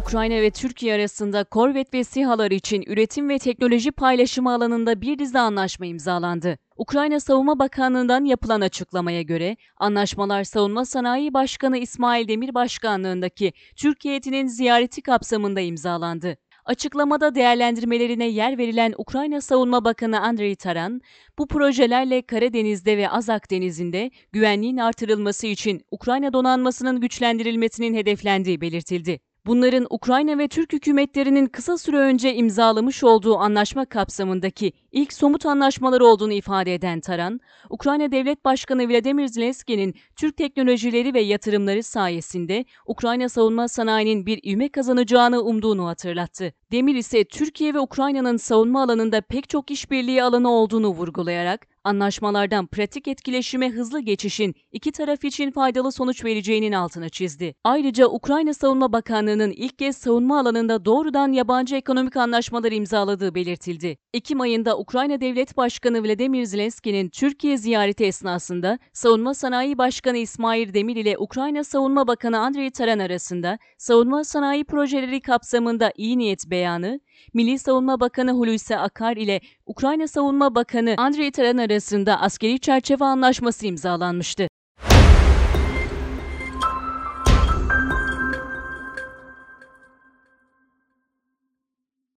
Ukrayna ve Türkiye arasında korvet ve SİHA'lar için üretim ve teknoloji paylaşımı alanında bir dizi anlaşma imzalandı. Ukrayna Savunma Bakanlığı'ndan yapılan açıklamaya göre, anlaşmalar Savunma Sanayi Başkanı İsmail Demir Başkanlığındaki Türk heyetinin ziyareti kapsamında imzalandı. Açıklamada değerlendirmelerine yer verilen Ukrayna Savunma Bakanı Andriy Taran, bu projelerle Karadeniz'de ve Azak Denizi'nde güvenliğin artırılması için Ukrayna donanmasının güçlendirilmesinin hedeflendiği belirtildi. Bunların Ukrayna ve Türk hükümetlerinin kısa süre önce imzalamış olduğu anlaşma kapsamındaki ilk somut anlaşmalar olduğunu ifade eden Taran, Ukrayna Devlet Başkanı Volodymyr Zelenski'nin Türk teknolojileri ve yatırımları sayesinde Ukrayna savunma sanayinin bir ivme kazanacağını umduğunu hatırlattı. Demir ise Türkiye ve Ukrayna'nın savunma alanında pek çok işbirliği alanı olduğunu vurgulayarak, anlaşmalardan pratik etkileşime hızlı geçişin iki taraf için faydalı sonuç vereceğinin altını çizdi. Ayrıca Ukrayna Savunma Bakanlığı'nın ilk kez savunma alanında doğrudan yabancı ekonomik anlaşmalar imzaladığı belirtildi. Ekim ayında Ukrayna Devlet Başkanı Volodymyr Zelenski'nin Türkiye ziyareti esnasında Savunma Sanayi Başkanı İsmail Demir ile Ukrayna Savunma Bakanı Andriy Taran arasında savunma sanayi projeleri kapsamında iyi niyet beyanı, Milli Savunma Bakanı Hulusi Akar ile Ukrayna Savunma Bakanı Andriy Taran arasında askeri çerçeve anlaşması imzalanmıştı.